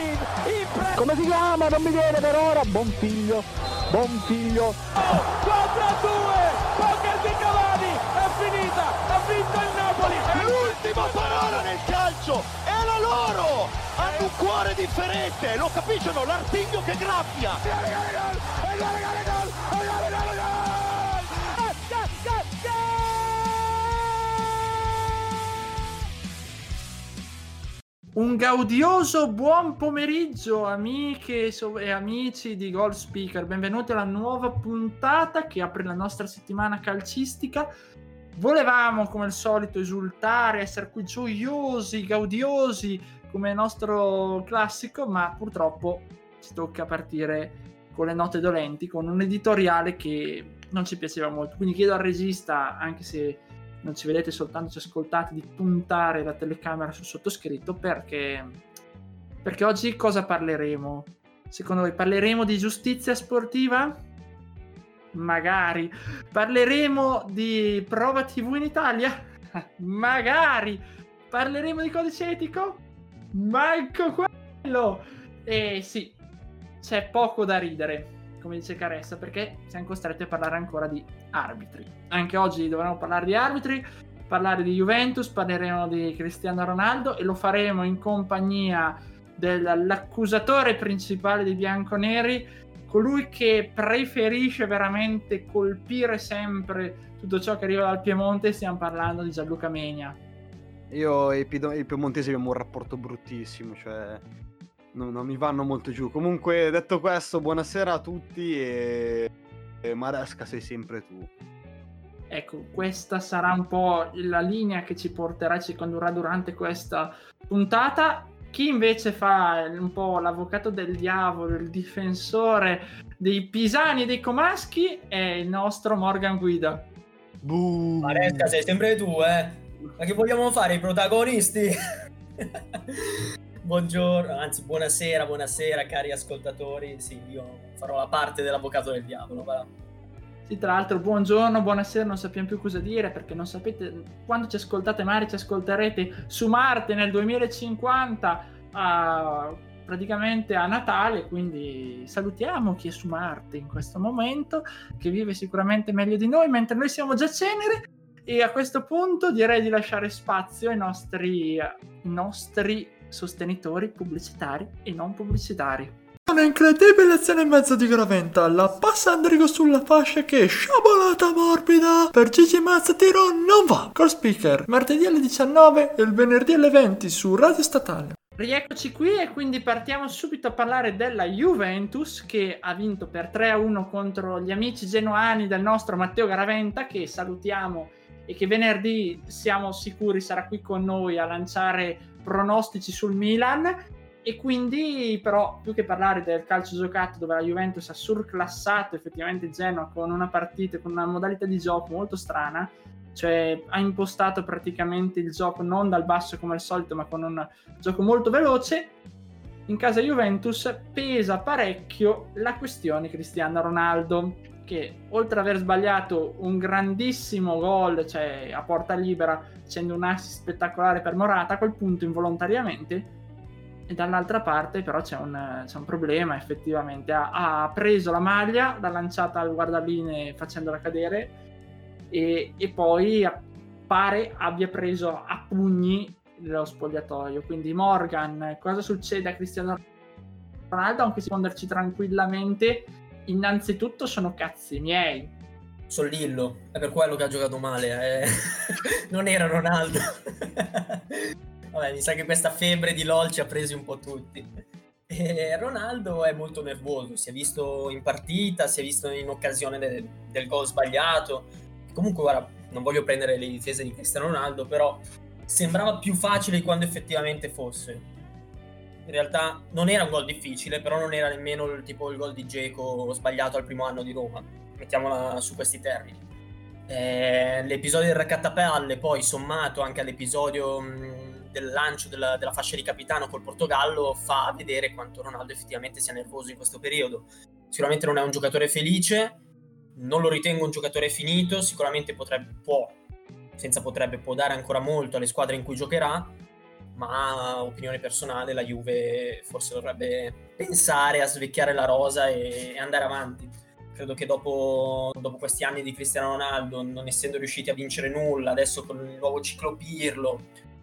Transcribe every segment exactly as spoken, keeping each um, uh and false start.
Higuain, impre- come si chiama? Non mi viene per ora. Buon figlio, buon figlio. quattro a due, poker di Cavani, è finita, ha vinto il Napoli. È l'ultima parola nel calcio, è la loro. Hanno un cuore differente, lo capiscono, l'artiglio che graffia. Un gaudioso buon pomeriggio amiche e amici di Goal Speaker, benvenuti alla nuova puntata che apre la nostra settimana calcistica. Volevamo come al solito esultare, essere qui gioiosi, gaudiosi come il nostro classico, ma purtroppo ci tocca partire con le note dolenti, con un editoriale che non ci piaceva molto, quindi chiedo al regista, anche se non ci vedete soltanto, ci ascoltate, di puntare la telecamera sul sottoscritto, perché perché oggi cosa parleremo? Secondo voi parleremo di giustizia sportiva? Magari. Parleremo di prova tivù in Italia? Magari. Parleremo di codice etico? Manco quello! E sì, c'è poco da ridere, come dice Caressa, perché siamo costretti a parlare ancora di arbitri. Anche oggi dovremo parlare di arbitri, parlare di Juventus, parleremo di Cristiano Ronaldo e lo faremo in compagnia dell'accusatore principale dei bianconeri, colui che preferisce veramente colpire sempre tutto ciò che arriva dal Piemonte. Stiamo parlando di Gianluca Megna. Io e i piemontesi abbiamo un rapporto bruttissimo, cioè non, non mi vanno molto giù. Comunque, detto questo, buonasera a tutti e, e Maresca sei sempre tu. Ecco, questa sarà un po' la linea che ci porterà, ci condurrà durante questa puntata. Chi invece fa un po' l'avvocato del diavolo, il difensore dei pisani e dei comaschi, è il nostro Morgan Guida. Buh. Maresca sei sempre tu, eh? Ma che vogliamo fare, i protagonisti? Buongiorno, anzi buonasera, buonasera cari ascoltatori. Sì, io farò la parte dell'avvocato del diavolo, va. Sì, tra l'altro buongiorno, buonasera, non sappiamo più cosa dire, perché non sapete quando ci ascoltate, magari ci ascolterete su Marte nel duemilacinquanta, a, praticamente a Natale, quindi salutiamo chi è su Marte in questo momento, che vive sicuramente meglio di noi, mentre noi siamo già cenere. E a questo punto direi di lasciare spazio ai nostri, ai nostri sostenitori pubblicitari e non pubblicitari. Un'incredibile azione in mezzo di Graventa, la passa Andrigo sulla fascia che sciabolata morbida per Gigi Mazzatiro non va. Goal Speaker, martedì alle diciannove e il venerdì alle venti su Radio Statale. Rieccoci qui e quindi partiamo subito a parlare della Juventus, che ha vinto per tre a uno contro gli amici genoani del nostro Matteo Garaventa, che salutiamo e che venerdì siamo sicuri sarà qui con noi a lanciare pronostici sul Milan. E quindi però più che parlare del calcio giocato, dove la Juventus ha surclassato effettivamente Genoa con una partita, con una modalità di gioco molto strana, cioè ha impostato praticamente il gioco non dal basso come al solito, ma con un gioco molto veloce, in casa Juventus pesa parecchio la questione Cristiano Ronaldo, che oltre ad aver sbagliato un grandissimo gol, cioè a porta libera, facendo un assist spettacolare per Morata, a quel punto involontariamente, e dall'altra parte però c'è un, c'è un problema effettivamente. Ha, ha preso la maglia, l'ha lanciata al guardaline facendola cadere e, e poi pare abbia preso a pugni lo spogliatoio. Quindi Morgan, cosa succede a Cristiano Ronaldo? Anche risponderci tranquillamente, innanzitutto sono cazzi miei. Sono Lillo, è per quello che ha giocato male, eh. Non era Ronaldo. Vabbè, mi sa che questa febbre di LOL ci ha presi un po' tutti. E Ronaldo è molto nervoso, si è visto in partita, si è visto in occasione de- del gol sbagliato. Comunque, guarda, non voglio prendere le difese di Cristiano Ronaldo, però sembrava più facile di quando effettivamente fosse. In realtà non era un gol difficile, però non era nemmeno il tipo il gol di Dzeko sbagliato al primo anno di Roma. Mettiamola su questi termini. Eh, l'episodio del raccattapalle, poi sommato anche all'episodio mh, del lancio della, della fascia di capitano col Portogallo, fa vedere quanto Ronaldo effettivamente sia nervoso in questo periodo. Sicuramente non è un giocatore felice, non lo ritengo un giocatore finito, sicuramente potrebbe, può, senza potrebbe, può dare ancora molto alle squadre in cui giocherà, ma opinione personale, la Juve forse dovrebbe pensare a svecchiare la rosa e, e andare avanti. Credo che dopo, dopo questi anni di Cristiano Ronaldo, non essendo riusciti a vincere nulla, adesso con il nuovo ciclo Pirlo,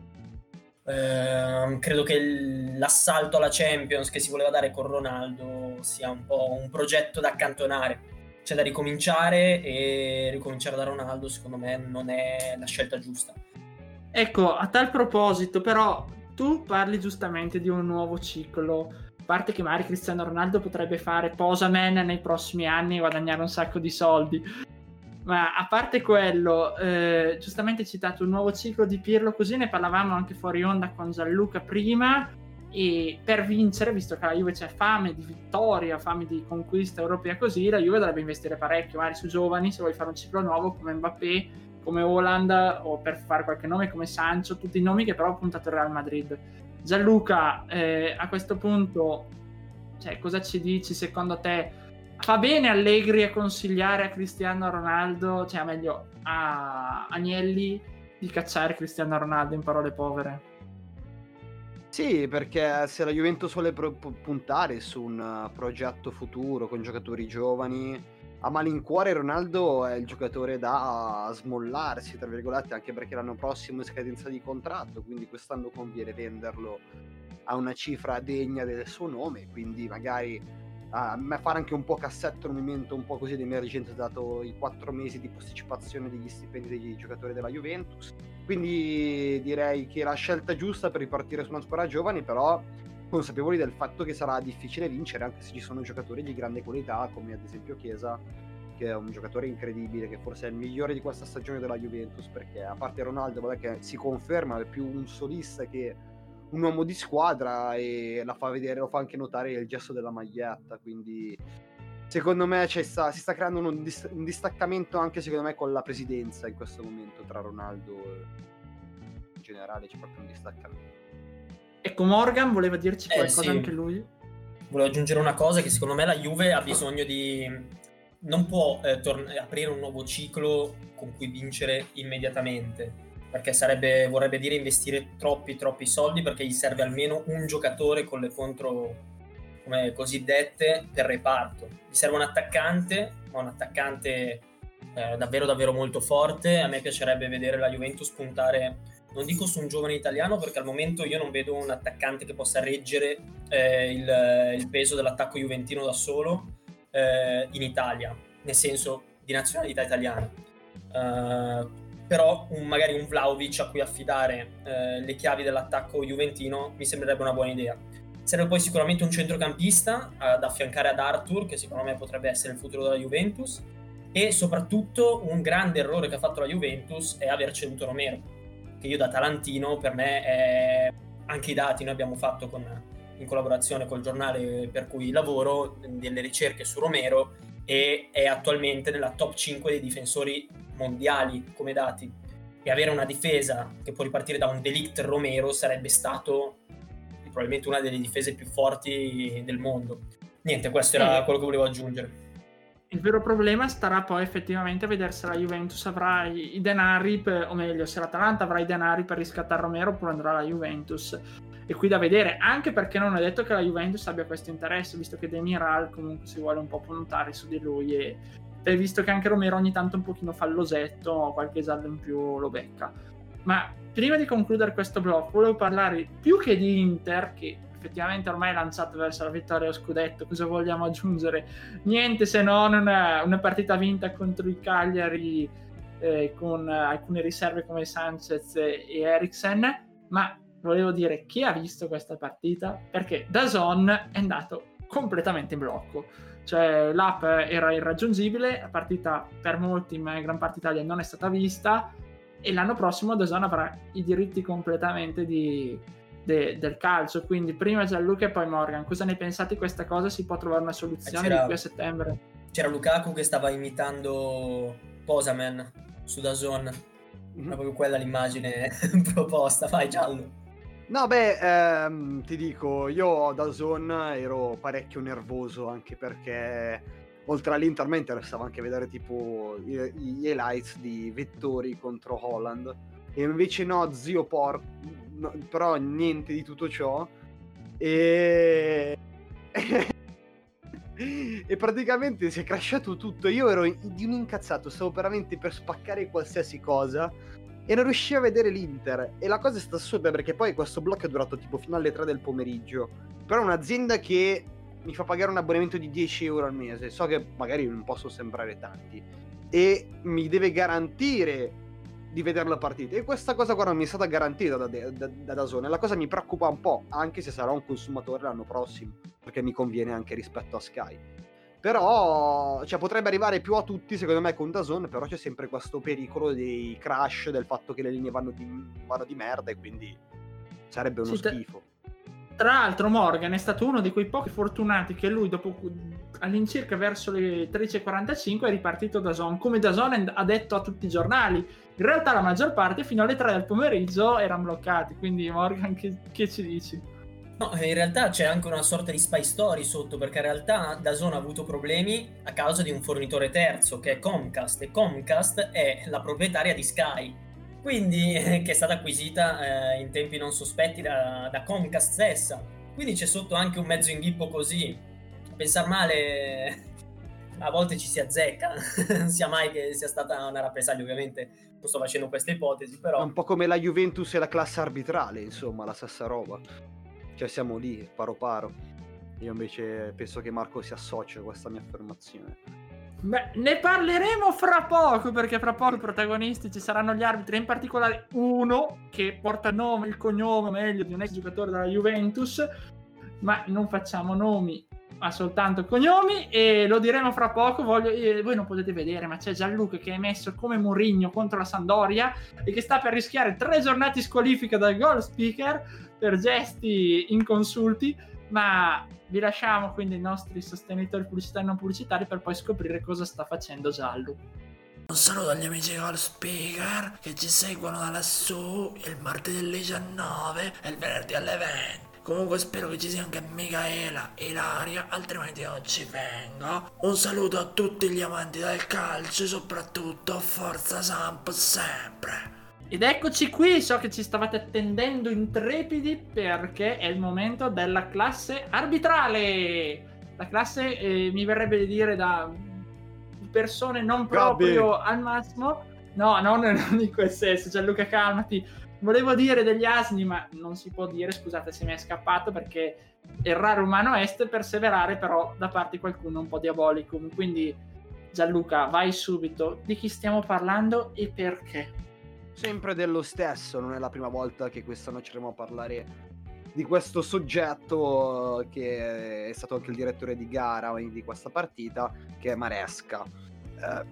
ehm, credo che l'assalto alla Champions che si voleva dare con Ronaldo sia un po' un progetto da accantonare. C'è da ricominciare, e ricominciare da Ronaldo secondo me non è la scelta giusta. Ecco, a tal proposito, però, tu parli giustamente di un nuovo ciclo. A parte che magari Cristiano Ronaldo potrebbe fare posaman nei prossimi anni e guadagnare un sacco di soldi. Ma a parte quello, eh, giustamente hai citato un nuovo ciclo di Pirlo, così ne parlavamo anche fuori onda con Gianluca prima. E per vincere, visto che la Juve c'è fame di vittoria, fame di conquista europea, così la Juve dovrebbe investire parecchio, magari su giovani, se vuoi fare un ciclo nuovo come Mbappé, come Haaland, o per fare qualche nome come Sancho, tutti i nomi che però ha puntato il Real Madrid. Gianluca, eh, a questo punto, cioè, cosa ci dici? Secondo te fa bene Allegri a consigliare a Cristiano Ronaldo, cioè meglio a Agnelli, di cacciare Cristiano Ronaldo, in parole povere? Sì, perché se la Juventus vuole pro- puntare su un uh, progetto futuro con giocatori giovani, a malincuore Ronaldo è il giocatore da smollarsi, tra virgolette, anche perché l'anno prossimo è scadenza di contratto, quindi quest'anno conviene venderlo a una cifra degna del suo nome, quindi magari uh, fare anche un po' cassetto, un movimento un po' così di emergenza, dato i quattro mesi di posticipazione degli stipendi dei giocatori della Juventus. Quindi direi che è la scelta giusta per ripartire su una squadra giovane, però consapevoli del fatto che sarà difficile vincere, anche se ci sono giocatori di grande qualità, come ad esempio Chiesa, che è un giocatore incredibile, che forse è il migliore di questa stagione della Juventus, perché a parte Ronaldo, vabbè, che si conferma, è più un solista che un uomo di squadra, e la fa vedere, lo fa anche notare il gesto della maglietta, quindi secondo me c'è sta, si sta creando un, dis- un distaccamento anche secondo me con la presidenza in questo momento tra Ronaldo e in generale c'è proprio un distaccamento. Ecco, Morgan voleva dirci Eh, qualcosa sì. anche lui. Volevo aggiungere una cosa, che secondo me la Juve ha bisogno di... non può eh, tor- aprire un nuovo ciclo con cui vincere immediatamente, perché sarebbe, vorrebbe dire investire troppi troppi soldi, perché gli serve almeno un giocatore con le contro, come cosiddette, per reparto. Gli serve un attaccante, ma un attaccante eh, davvero davvero molto forte. A me piacerebbe vedere la Juventus puntare, non dico su un giovane italiano, perché al momento io non vedo un attaccante che possa reggere eh, il, il peso dell'attacco juventino da solo eh, in Italia, nel senso di nazionalità italiana. Uh, però un, magari un Vlahovic a cui affidare eh, le chiavi dell'attacco juventino mi sembrerebbe una buona idea. Serve poi sicuramente un centrocampista ad affiancare ad Arthur, che secondo me potrebbe essere il futuro della Juventus, e soprattutto un grande errore che ha fatto la Juventus è aver ceduto Romero, che io da talantino, per me è... anche i dati noi abbiamo fatto con, in collaborazione col giornale per cui lavoro, delle ricerche su Romero, e è attualmente nella top cinque dei difensori mondiali come dati, e avere una difesa che può ripartire da un De Ligt Romero sarebbe stato probabilmente una delle difese più forti del mondo. Niente, questo era quello che volevo aggiungere. Il vero problema starà poi effettivamente a vedere se la Juventus avrà i, i denari, per, o meglio, se l'Atalanta avrà i denari per riscattare Romero, oppure andrà la Juventus. E qui da vedere, anche perché non è detto che la Juventus abbia questo interesse, visto che Demiral comunque si vuole un po' puntare su di lui, e, e visto che anche Romero ogni tanto un pochino fallosetto, qualche giallo in più lo becca. Ma prima di concludere questo blocco volevo parlare più che di Inter, che effettivamente ormai è lanciato verso la vittoria allo scudetto. Cosa vogliamo aggiungere? Niente se non una, una partita vinta contro il Cagliari eh, con alcune riserve come Sanchez e Eriksen. Ma volevo dire, chi ha visto questa partita? Perché DAZN è andato completamente in blocco, cioè l'app era irraggiungibile, la partita per molti, ma in gran parte Italia non è stata vista, e l'anno prossimo DAZN avrà i diritti completamente di, de, del calcio. Quindi prima Gianluca e poi Morgan, cosa ne pensate di questa cosa? Si può trovare una soluzione di qui a settembre? C'era Lukaku che stava imitando Posaman su DAZN, Mm-hmm. è proprio quella l'immagine proposta. Vai Giallo. No, beh, ehm, ti dico, io da DAZN ero parecchio nervoso, anche perché oltre all'Inter mi interessava anche vedere tipo gli highlights di Vettori contro Haaland, e invece no, zio por no, però niente di tutto ciò. E... e praticamente si è crashato tutto. Io ero di un incazzato, stavo veramente per spaccare qualsiasi cosa e non riuscivo a vedere l'Inter. E la cosa è stata assurda perché poi questo blocco è durato tipo fino alle tre del pomeriggio. Però è un'azienda che mi fa pagare un abbonamento di dieci euro al mese, so che magari non posso sembrare tanti, e mi deve garantire di vedere la partita, e questa cosa qua non mi è stata garantita da, da, da, da DAZN. La cosa mi preoccupa un po', anche se sarò un consumatore l'anno prossimo, perché mi conviene anche rispetto a Sky. Però cioè, potrebbe arrivare più a tutti secondo me con DAZN, però c'è sempre questo pericolo dei crash, del fatto che le linee vanno di, vanno di merda, e quindi sarebbe uno sì, schifo. Tra l'altro Morgan è stato uno di quei pochi fortunati che lui dopo all'incirca verso le tredici e quarantacinque è ripartito da DAZN, come DAZN ha detto a tutti i giornali. In realtà la maggior parte fino alle tre del pomeriggio erano bloccati, quindi Morgan che, che ci dici? No, in realtà c'è anche una sorta di spy story sotto, perché in realtà DAZN ha avuto problemi a causa di un fornitore terzo che è Comcast, e Comcast è la proprietaria di Sky, quindi che è stata acquisita eh, in tempi non sospetti da, da Comcast stessa. Quindi c'è sotto anche un mezzo inghippo così. A pensar male a volte ci si azzecca, non sia mai che sia stata una rappresaglia, ovviamente non sto facendo questa ipotesi, però... È un po' come la Juventus e la classe arbitrale, insomma, la stessa roba. Cioè siamo lì, paro paro. Io invece penso che Marco si associa a questa mia affermazione. Beh, ne parleremo fra poco, perché fra poco i protagonisti ci saranno gli arbitri, in particolare uno che porta il nome, il cognome, meglio, di un ex giocatore della Juventus, ma non facciamo nomi, ma soltanto cognomi, e lo diremo fra poco. Voglio, eh, voi non potete vedere, ma c'è Gianluca che è messo come Mourinho contro la Sampdoria e che sta per rischiare tre giornate squalifica dal goal speaker per gesti inconsulti, ma vi lasciamo quindi i nostri sostenitori pubblicitari e non pubblicitari per poi scoprire cosa sta facendo Giallo. Un saluto agli amici goal speaker che ci seguono da lassù il martedì alle diciannove e il venerdì alle venti. Comunque spero che ci sia anche Michaela e Ilaria, altrimenti non ci vengo. Un saluto a tutti gli amanti del calcio e soprattutto Forza Samp sempre. Ed eccoci qui, so che ci stavate attendendo intrepidi perché è il momento della classe arbitrale. La classe eh, mi verrebbe di dire da persone non proprio Gabi. Al massimo. No, no, non in quel senso, Gianluca calmati. Volevo dire degli asini, ma non si può dire, scusate se mi è scappato, perché errare umano est, perseverare però da parte di qualcuno un po' diabolico. Quindi Gianluca, vai subito, di chi stiamo parlando e perché? Sempre dello stesso, non è la prima volta che quest'anno ci andremo a parlare di questo soggetto che è stato anche il direttore di gara di questa partita, che è Maresca. Eh,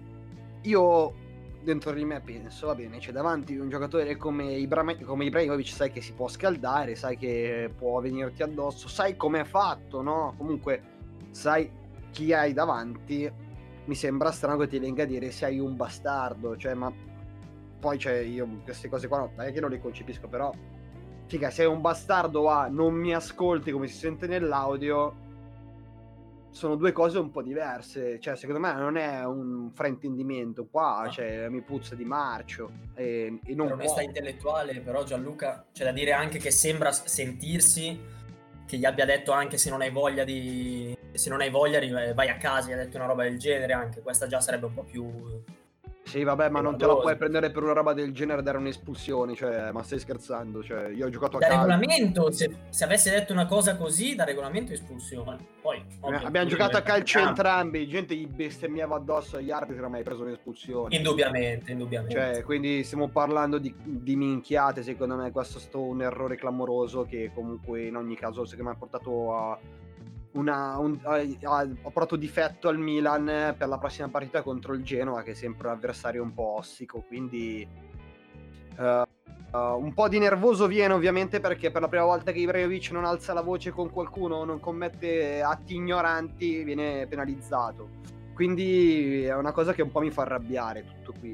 io dentro di me penso, va bene, c'è davanti un giocatore come, Ibra- come Ibrahimovic, sai che si può scaldare, sai che può venirti addosso, sai com'è fatto, no? Comunque sai chi hai davanti. Mi sembra strano che ti venga a dire sei un bastardo, cioè ma... Poi cioè io queste cose qua no, non è che non le concepisco, però figa, sei un bastardo a non mi ascolti come si sente nell'audio, sono due cose un po' diverse. Cioè secondo me non è un fraintendimento qua, no. Cioè mi puzza di marcio e, e non per onestà intellettuale. Però Gianluca c'è da dire anche che sembra sentirsi che gli abbia detto anche se non hai voglia di se non hai voglia vai a casa, gli ha detto una roba del genere. Anche questa già sarebbe un po' più... Sì, vabbè, ma non te la puoi prendere per una roba del genere, dare un'espulsione, cioè, ma stai scherzando? Cioè, io ho giocato a da calcio. regolamento, se, se avesse detto una cosa così, da regolamento espulsione. Poi ovvio, abbiamo giocato a calcio entrambi, gente gli bestemmiava addosso agli arbitri, non hai preso un'espulsione. Indubbiamente, indubbiamente. Cioè, quindi stiamo parlando di, di minchiate, secondo me questo è stato un errore clamoroso che comunque in ogni caso secondo me ha portato a Una, un, ha, ha portato difetto al Milan per la prossima partita contro il Genoa, che è sempre un avversario un po' ossico, quindi uh, uh, un po' di nervoso viene ovviamente, perché per la prima volta che Ibrahimovic non alza la voce con qualcuno, non commette atti ignoranti, viene penalizzato, quindi è una cosa che un po' mi fa arrabbiare tutto qui.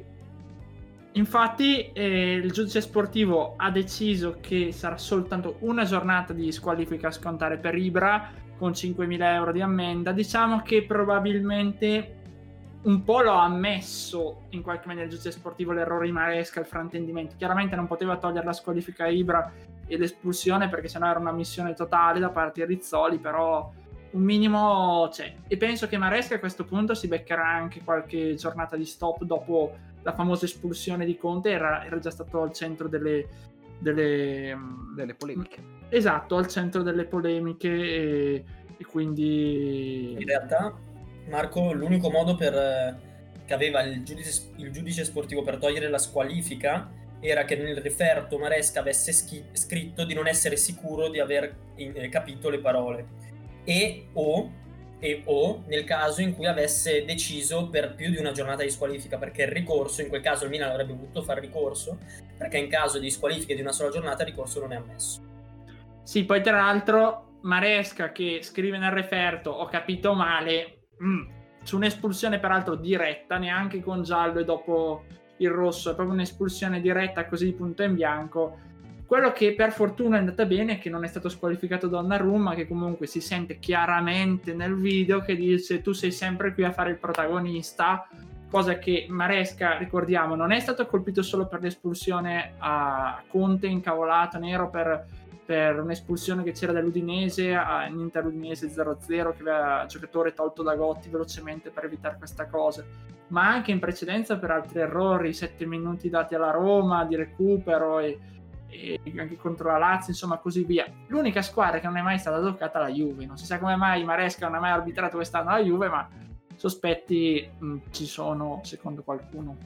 Infatti eh, il giudice sportivo ha deciso che sarà soltanto una giornata di squalifica a scontare per Ibra, con cinquemila euro di ammenda. Diciamo che probabilmente un po' l'ho ammesso in qualche maniera il giudice sportivo l'errore di Maresca, il fraintendimento. Chiaramente non poteva togliere la squalifica a Ibra e l'espulsione, perché sennò era una missione totale da parte di Rizzoli, però un minimo c'è. E penso che Maresca a questo punto si beccherà anche qualche giornata di stop dopo la famosa espulsione di Conte, era, era già stato al centro delle, delle, delle polemiche. Esatto, al centro delle polemiche e, e quindi... In realtà, Marco, l'unico modo per, che aveva il giudice, il giudice sportivo per togliere la squalifica era che nel referto Maresca avesse schi- scritto di non essere sicuro di aver in, capito le parole. E o, e o nel caso in cui avesse deciso per più di una giornata di squalifica, perché il ricorso, in quel caso il Milan avrebbe potuto fare ricorso, perché in caso di squalifiche di una sola giornata il ricorso non è ammesso. Sì, poi tra l'altro Maresca che scrive nel referto ho capito male, mm, su un'espulsione peraltro diretta, neanche con giallo e dopo il rosso, è proprio un'espulsione diretta così punto in bianco. Quello che per fortuna è andata bene è che non è stato squalificato Donnarumma, che comunque si sente chiaramente nel video che dice tu sei sempre qui a fare il protagonista, cosa che Maresca, ricordiamo, non è stato colpito solo per l'espulsione a Conte incavolato nero per, per un'espulsione che c'era dall'Udinese a Inter Udinese zero a zero che aveva il giocatore tolto da Gotti velocemente per evitare questa cosa, ma anche in precedenza per altri errori, sette minuti dati alla Roma di recupero e e anche contro la Lazio, insomma così via. L'unica squadra che non è mai stata toccata è la Juve, non si sa come mai Maresca non ha mai arbitrato quest'anno la Juve, ma sospetti mh, ci sono secondo qualcuno.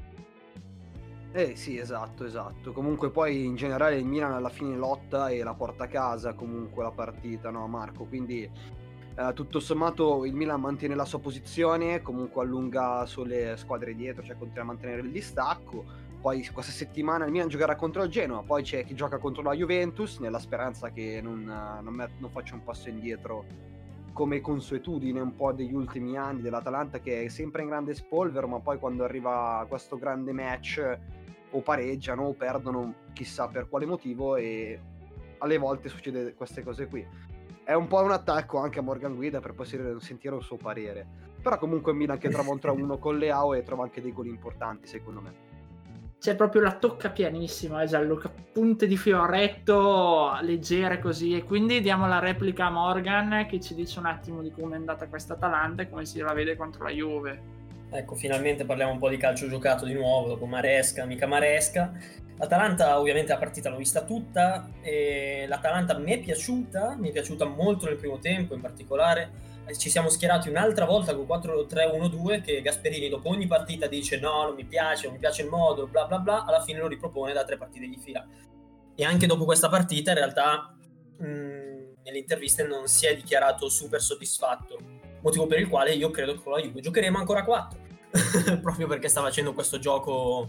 Eh sì, esatto, esatto. Comunque poi in generale il Milan alla fine lotta e la porta a casa comunque la partita, no Marco? Quindi eh, tutto sommato il Milan mantiene la sua posizione, comunque allunga sulle squadre dietro, cioè continua a mantenere il distacco. Poi questa settimana il Milan giocherà contro il Genoa, poi c'è chi gioca contro la Juventus, nella speranza che non, non, met- non faccia un passo indietro come consuetudine un po' degli ultimi anni dell'Atalanta, che è sempre in grande spolvero, ma poi quando arriva questo grande match o pareggiano o perdono chissà per quale motivo, e alle volte succede queste cose qui. È un po' un attacco anche a Morgan Guida per poi sentire il suo parere, però comunque il Milan che trova un tre a uno con Leao e trova anche dei gol importanti secondo me. C'è proprio la tocca pianissima, eh, Gianluca, punte di fioretto leggere così, e quindi diamo la replica a Morgan che ci dice un attimo di come è andata questa Atalanta e come si la vede contro la Juve. Ecco, finalmente parliamo un po' di calcio giocato di nuovo, dopo Maresca, mica Maresca. L'Atalanta ovviamente la partita l'ho vista tutta, e l'Atalanta mi è piaciuta, mi è piaciuta molto nel primo tempo in particolare. Ci siamo schierati un'altra volta con quattro tre uno due che Gasperini dopo ogni partita dice no, non mi piace, non mi piace il modo, bla bla bla, alla fine lo ripropone da tre partite di fila. E anche dopo questa partita in realtà mh, nelle interviste non si è dichiarato super soddisfatto, motivo per il quale io credo che con la Juve giocheremo ancora quattro proprio perché sta facendo questo gioco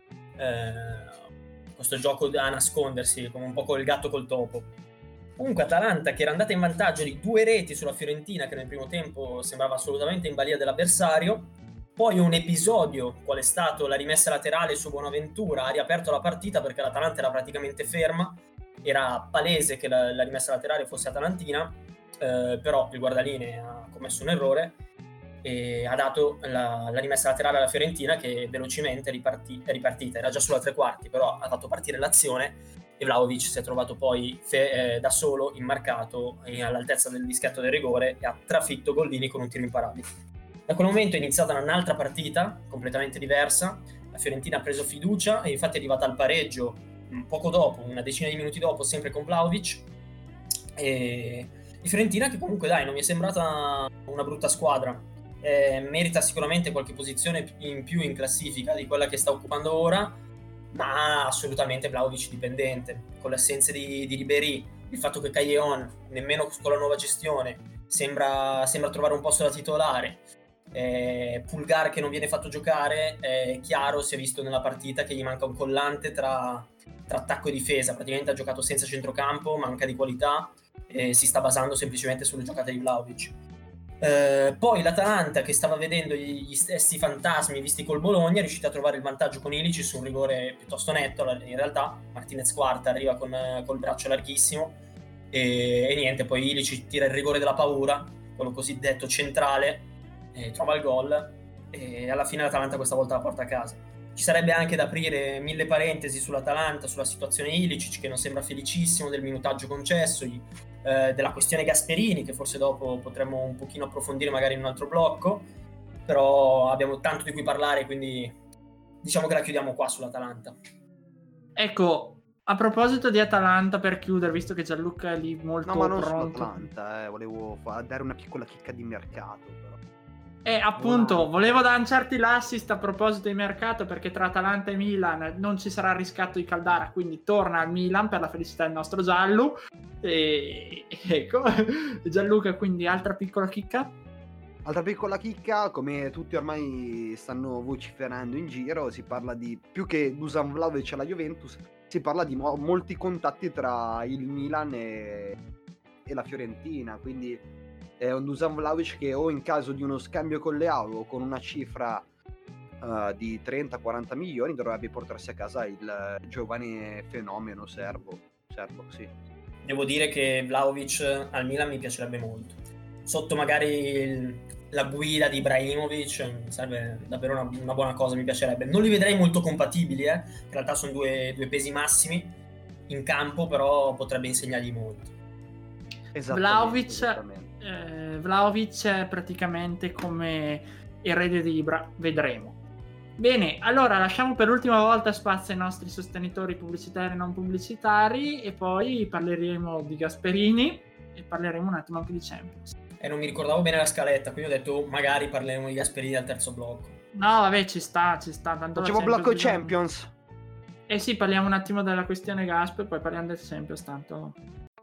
eh, questo gioco a nascondersi come un po' col gatto col topo. Comunque Atalanta che era andata in vantaggio di due reti sulla Fiorentina, che nel primo tempo sembrava assolutamente in balia dell'avversario, poi un episodio qual è stato la rimessa laterale su Bonaventura ha riaperto la partita perché l'Atalanta era praticamente ferma, era palese che la, la rimessa laterale fosse atalantina, eh, però il guardalinee ha commesso un errore e ha dato la, la rimessa laterale alla Fiorentina, che velocemente è, riparti, è ripartita, era già sulla tre quarti, però ha fatto partire l'azione e Vlahovic si è trovato poi fe- eh, da solo immarcato eh, all'altezza del dischetto del rigore e ha trafitto Gollini con un tiro imparabile. Da quel momento è iniziata un'altra partita completamente diversa, la Fiorentina ha preso fiducia e infatti è arrivata al pareggio poco dopo, una decina di minuti dopo, sempre con Vlahovic, e la Fiorentina che comunque dai non mi è sembrata una brutta squadra, eh, merita sicuramente qualche posizione in più in classifica di quella che sta occupando ora, ma assolutamente Vlahovic dipendente, con le assenze di, di Ribéry, il fatto che Callejon nemmeno con la nuova gestione sembra, sembra trovare un posto da titolare, eh, Pulgar che non viene fatto giocare, è chiaro, si è visto nella partita che gli manca un collante tra, tra attacco e difesa, praticamente ha giocato senza centrocampo, manca di qualità e si sta basando semplicemente sulle giocate di Vlahovic. Eh, poi l'Atalanta che stava vedendo gli stessi fantasmi visti col Bologna è riuscita a trovare il vantaggio con Ilic su un rigore piuttosto netto. In realtà Martinez quarta arriva con col braccio larghissimo e, e niente, poi Ilic tira il rigore della paura, quello cosiddetto centrale, e trova il gol e alla fine l'Atalanta questa volta la porta a casa. Ci sarebbe anche da aprire mille parentesi sull'Atalanta, sulla situazione Ilicic, che non sembra felicissimo del minutaggio concessogli, eh, della questione Gasperini, che forse dopo potremmo un pochino approfondire magari in un altro blocco, però abbiamo tanto di cui parlare, quindi diciamo che la chiudiamo qua sull'Atalanta. Ecco, a proposito di Atalanta, per chiudere, visto che Gianluca è lì molto No, ma non pronto. sull'Atalanta, eh, volevo fa- dare una piccola chicca di mercato, però. E appunto, Buona. volevo lanciarti l'assist a proposito di mercato, perché tra Atalanta e Milan non ci sarà il riscatto di Caldara, quindi torna al Milan per la felicità del nostro Giallo. E ecco, Gianluca, quindi altra piccola chicca. Altra piccola chicca, come tutti ormai stanno vociferando in giro, si parla di, più che Dusan Vlahovic alla Juventus, si parla di mo- molti contatti tra il Milan e, e la Fiorentina, quindi è un Dusan Vlahovic che o in caso di uno scambio con Leao o con una cifra uh, di trenta quaranta milioni dovrebbe portarsi a casa il uh, giovane fenomeno serbo. serbo sì. Devo dire che Vlahovic al Milan mi piacerebbe molto. Sotto magari il, la guida di Ibrahimovic sarebbe davvero una, una buona cosa, mi piacerebbe. Non li vedrei molto compatibili, eh. In realtà sono due, due pesi massimi in campo, però potrebbe insegnargli molto. Vlahovic, eh, Vlahovic è praticamente come erede di Ibra, vedremo. Bene, allora lasciamo per l'ultima volta spazio ai nostri sostenitori pubblicitari e non pubblicitari e poi parleremo di Gasperini e parleremo un attimo anche di Champions. E non mi ricordavo bene la scaletta, quindi ho detto oh, magari parleremo di Gasperini al terzo blocco. No, vabbè, ci sta, ci sta. Tanto Facciamo blocco Champions. Eh sì, parliamo un attimo della questione Gasp e poi parliamo del Champions, tanto...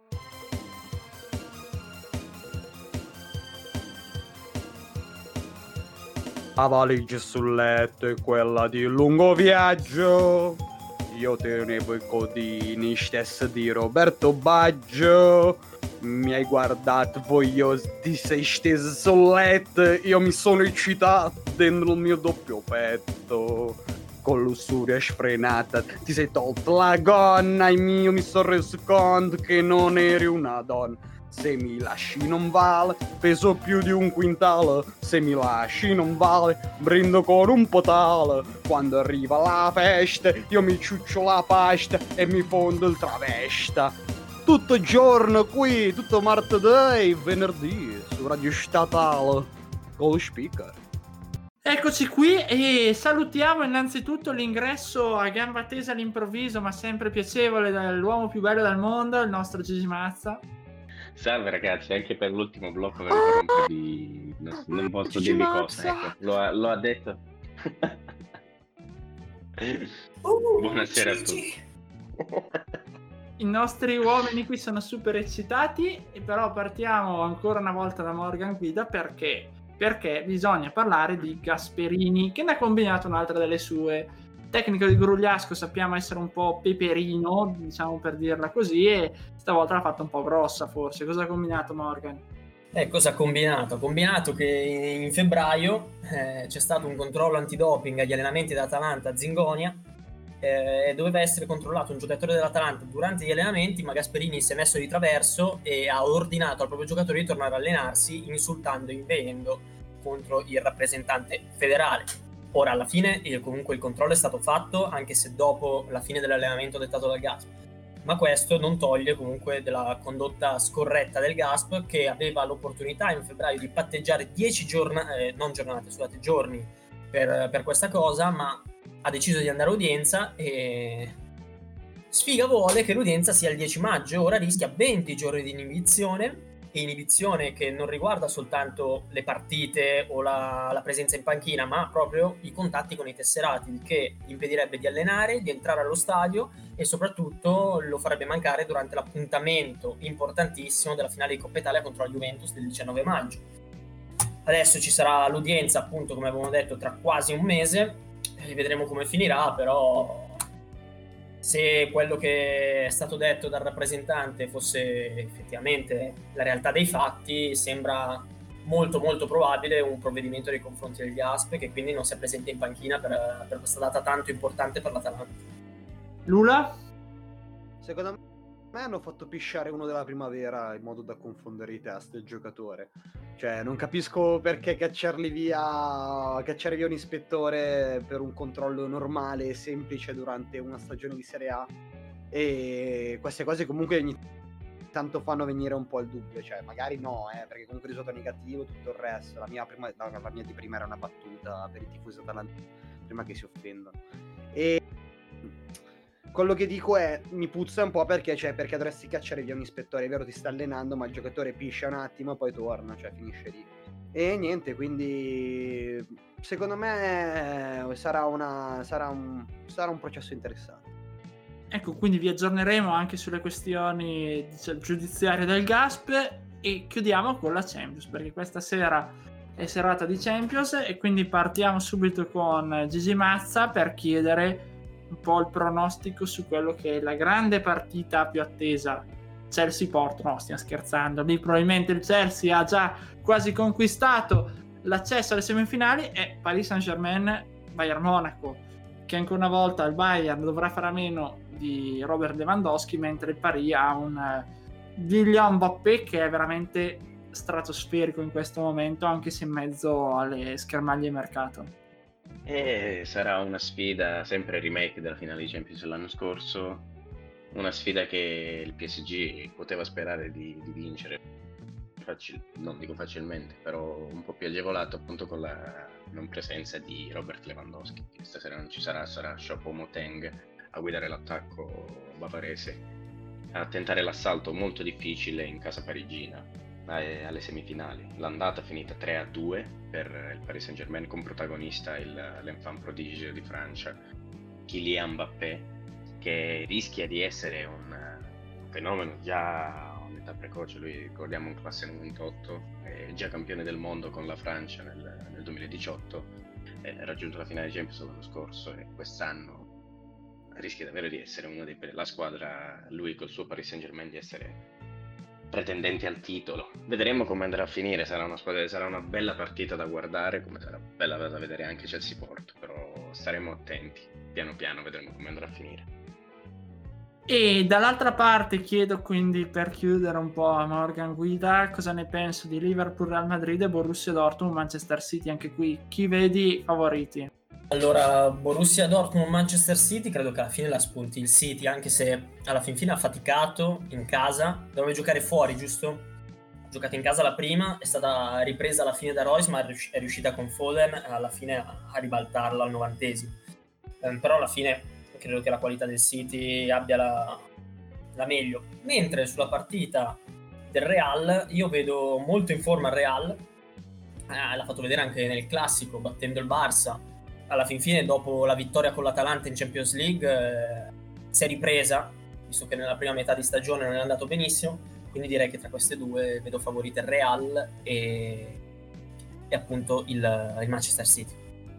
La valigia sul letto è quella di lungo viaggio. Io tenevo i codini stessa di Roberto Baggio. Mi hai guardato voglioso, ti sei steso sul letto. Io mi sono eccitato dentro il mio doppio petto. Con lussuria sfrenata ti sei tolto la gonna e io mi sono reso conto che non eri una donna. Se mi lasci non vale, peso più di un quintale. Se mi lasci non vale, brindo con un potale. Quando arriva la festa, io mi ciuccio la pasta e mi fondo il travesta. Tutto giorno qui, tutto martedì, venerdì, su Radio Statale, con lo speaker. Eccoci qui e salutiamo innanzitutto l'ingresso a gamba tesa all'improvviso, ma sempre piacevole, dell'uomo più bello del mondo, il nostro Gigi Mazza. Salve ragazzi, anche per l'ultimo blocco per rompervi, non, non posso dirvi cosa, ecco, lo ha, lo ha detto. Uh, Buonasera Gigi. a tutti. I nostri uomini qui sono super eccitati, e però partiamo ancora una volta da Morgan Guida perché, perché bisogna parlare di Gasperini, che ne ha combinato un'altra delle sue. Tecnico di Grugliasco sappiamo essere un po' peperino, diciamo per dirla così, e stavolta l'ha fatta un po' grossa forse. Cosa ha combinato Morgan? Eh, cosa ha combinato? Ha combinato che in febbraio eh, c'è stato un controllo antidoping agli allenamenti dell'Atalanta a Zingonia e eh, doveva essere controllato un giocatore dell'Atalanta durante gli allenamenti, ma Gasperini si è messo di traverso e ha ordinato al proprio giocatore di tornare a allenarsi, insultando e inveendo contro il rappresentante federale. Ora, alla fine, eh, comunque il controllo è stato fatto, anche se dopo la fine dell'allenamento dettato dal Gasp. Ma questo non toglie comunque della condotta scorretta del Gasp, che aveva l'opportunità in febbraio di patteggiare dieci giornate, eh, non giornate, scusate, giorni per, per questa cosa, ma ha deciso di andare a udienza e sfiga vuole che l'udienza sia il dieci maggio. Ora rischia venti giorni di inibizione, e inibizione che non riguarda soltanto le partite o la, la presenza in panchina, ma proprio i contatti con i tesserati, il che impedirebbe di allenare, di entrare allo stadio e soprattutto lo farebbe mancare durante l'appuntamento importantissimo della finale di Coppa Italia contro la Juventus del diciannove maggio. Adesso ci sarà l'udienza, appunto, come avevamo detto, tra quasi un mese e vedremo come finirà, però se quello che è stato detto dal rappresentante fosse effettivamente la realtà dei fatti, sembra molto molto probabile un provvedimento nei confronti del Gasp, che quindi non sia presente in panchina per, per questa data tanto importante per l'Atalanta. Lula? Secondo me hanno fatto pisciare uno della primavera in modo da confondere i test del giocatore. Cioè, non capisco perché cacciarli via, cacciare via un ispettore per un controllo normale e semplice durante una stagione di Serie A. E queste cose comunque ogni tanto fanno venire un po' il dubbio. Cioè, magari no, eh, perché comunque il risultato negativo, tutto il resto. La mia, prima, la, la mia di prima era una battuta per i tifosi atalantini, prima che si offendano. E quello che dico è, mi puzza un po' perché, cioè, perché dovresti cacciare via un ispettore. È vero, ti sta allenando, ma il giocatore piscia un attimo e poi torna, cioè finisce lì. E niente, quindi secondo me sarà una sarà un sarà un processo interessante. Ecco, quindi vi aggiorneremo anche sulle questioni, diciamo, giudiziarie del Gasp, e chiudiamo con la Champions, perché questa sera è serata di Champions e quindi partiamo subito con Gigi Mazza per chiedere un po' il pronostico su quello che è la grande partita più attesa, Chelsea-Porto. No, stiamo scherzando, lì probabilmente il Chelsea ha già quasi conquistato l'accesso alle semifinali, e Paris Saint-Germain-Bayern Monaco, che ancora una volta il Bayern dovrà fare a meno di Robert Lewandowski, mentre il Paris ha un Kylian Mbappé che è veramente stratosferico in questo momento, anche se in mezzo alle schermaglie mercato. E sarà una sfida, sempre remake della finale di Champions dell'anno scorso, una sfida che il P S G poteva sperare di, di vincere, Facil, non dico facilmente, però un po' più agevolato appunto con la non presenza di Robert Lewandowski. Stasera non ci sarà, sarà Choupo-Moting a guidare l'attacco bavarese, a tentare l'assalto molto difficile in casa parigina alle semifinali. L'andata è finita tre a due per il Paris Saint-Germain, con protagonista il, l'enfant prodigio di Francia, Kylian Mbappé, che rischia di essere un fenomeno già a un'età precoce. Lui, ricordiamo, un classe novantotto, è già campione del mondo con la Francia nel, nel duemiladiciotto, ha raggiunto la finale di Champions l'anno scorso e quest'anno rischia davvero di essere una dei, la squadra, lui col suo Paris Saint-Germain, di essere pretendenti al titolo. Vedremo come andrà a finire. Sarà una squadra, sarà una bella partita da guardare, come sarà bella da vedere anche Chelsea-Porto, però staremo attenti, piano piano vedremo come andrà a finire. E dall'altra parte chiedo quindi, per chiudere un po' a Morgan Guida, cosa ne penso di Liverpool, Real Madrid e Borussia Dortmund, Manchester City. Anche qui chi vedi favoriti? Allora, Borussia Dortmund, Manchester City, credo che alla fine la spunti il City, anche se alla fin fine ha faticato in casa. Doveva giocare fuori, giusto? Ha giocato in casa la prima, è stata ripresa alla fine da Royce, ma è riuscita con Foden alla fine a ribaltarla al novantesimo. Eh, però alla fine credo che la qualità del City abbia la, la meglio. Mentre sulla partita del Real, io vedo molto in forma il Real, eh, l'ha fatto vedere anche nel classico, battendo il Barça. Alla fin fine, dopo la vittoria con l'Atalanta in Champions League, eh, si è ripresa, visto che nella prima metà di stagione non è andato benissimo, quindi direi che tra queste due vedo favorite il Real e, e appunto il, il Manchester City.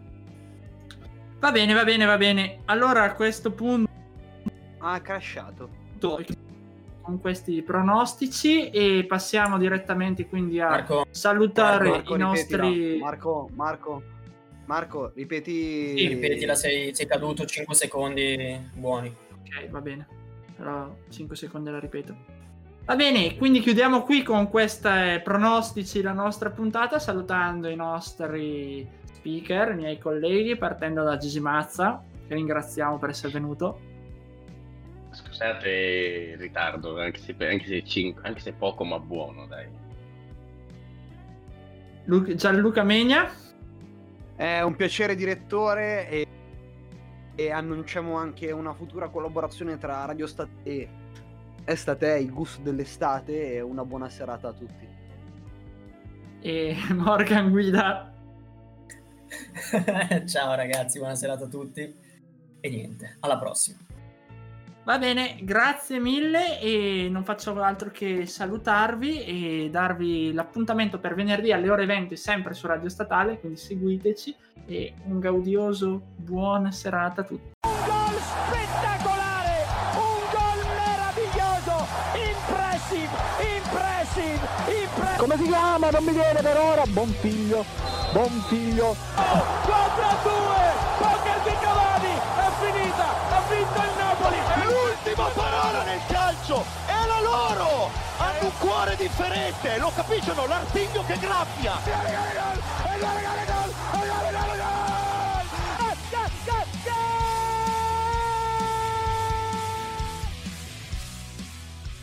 Va bene, va bene, va bene. Allora a questo punto ha crashato con questi pronostici e passiamo direttamente quindi a Marco, salutare Marco, i nostri... Marco, Marco, Marco, ripeti... Sì, ripetila, sei, sei caduto, cinque secondi buoni. Ok, va bene. Però cinque secondi la ripeto. Va bene, quindi chiudiamo qui con questi pronostici la nostra puntata, salutando i nostri speaker, i miei colleghi, partendo da Gigi Mazza, che ringraziamo per essere venuto. Scusate il ritardo, anche se, anche se, cinque, anche se poco ma buono, dai. Lu- Gianluca Megna. È un piacere, direttore, e, e annunciamo anche una futura collaborazione tra Radio State e Estate, il gusto dell'estate, e una buona serata a tutti. E Morgan Guida. Ciao ragazzi, buona serata a tutti e niente, alla prossima. Va bene, grazie mille e non faccio altro che salutarvi e darvi l'appuntamento per venerdì alle ore venti sempre su Radio Statale, quindi seguiteci e un gaudioso buona serata a tutti. Un gol spettacolare, un gol meraviglioso, impressive, impressive, impressive. Come si chiama? Non mi viene per ora. Buon figlio, buon figlio. Oh, quattro a due, poker di Cavani, è finita, ha vinto il Napoli. L'ultima parola nel calcio è la loro! hanno un cuore differente, lo capiscono? L'artiglio che graffia.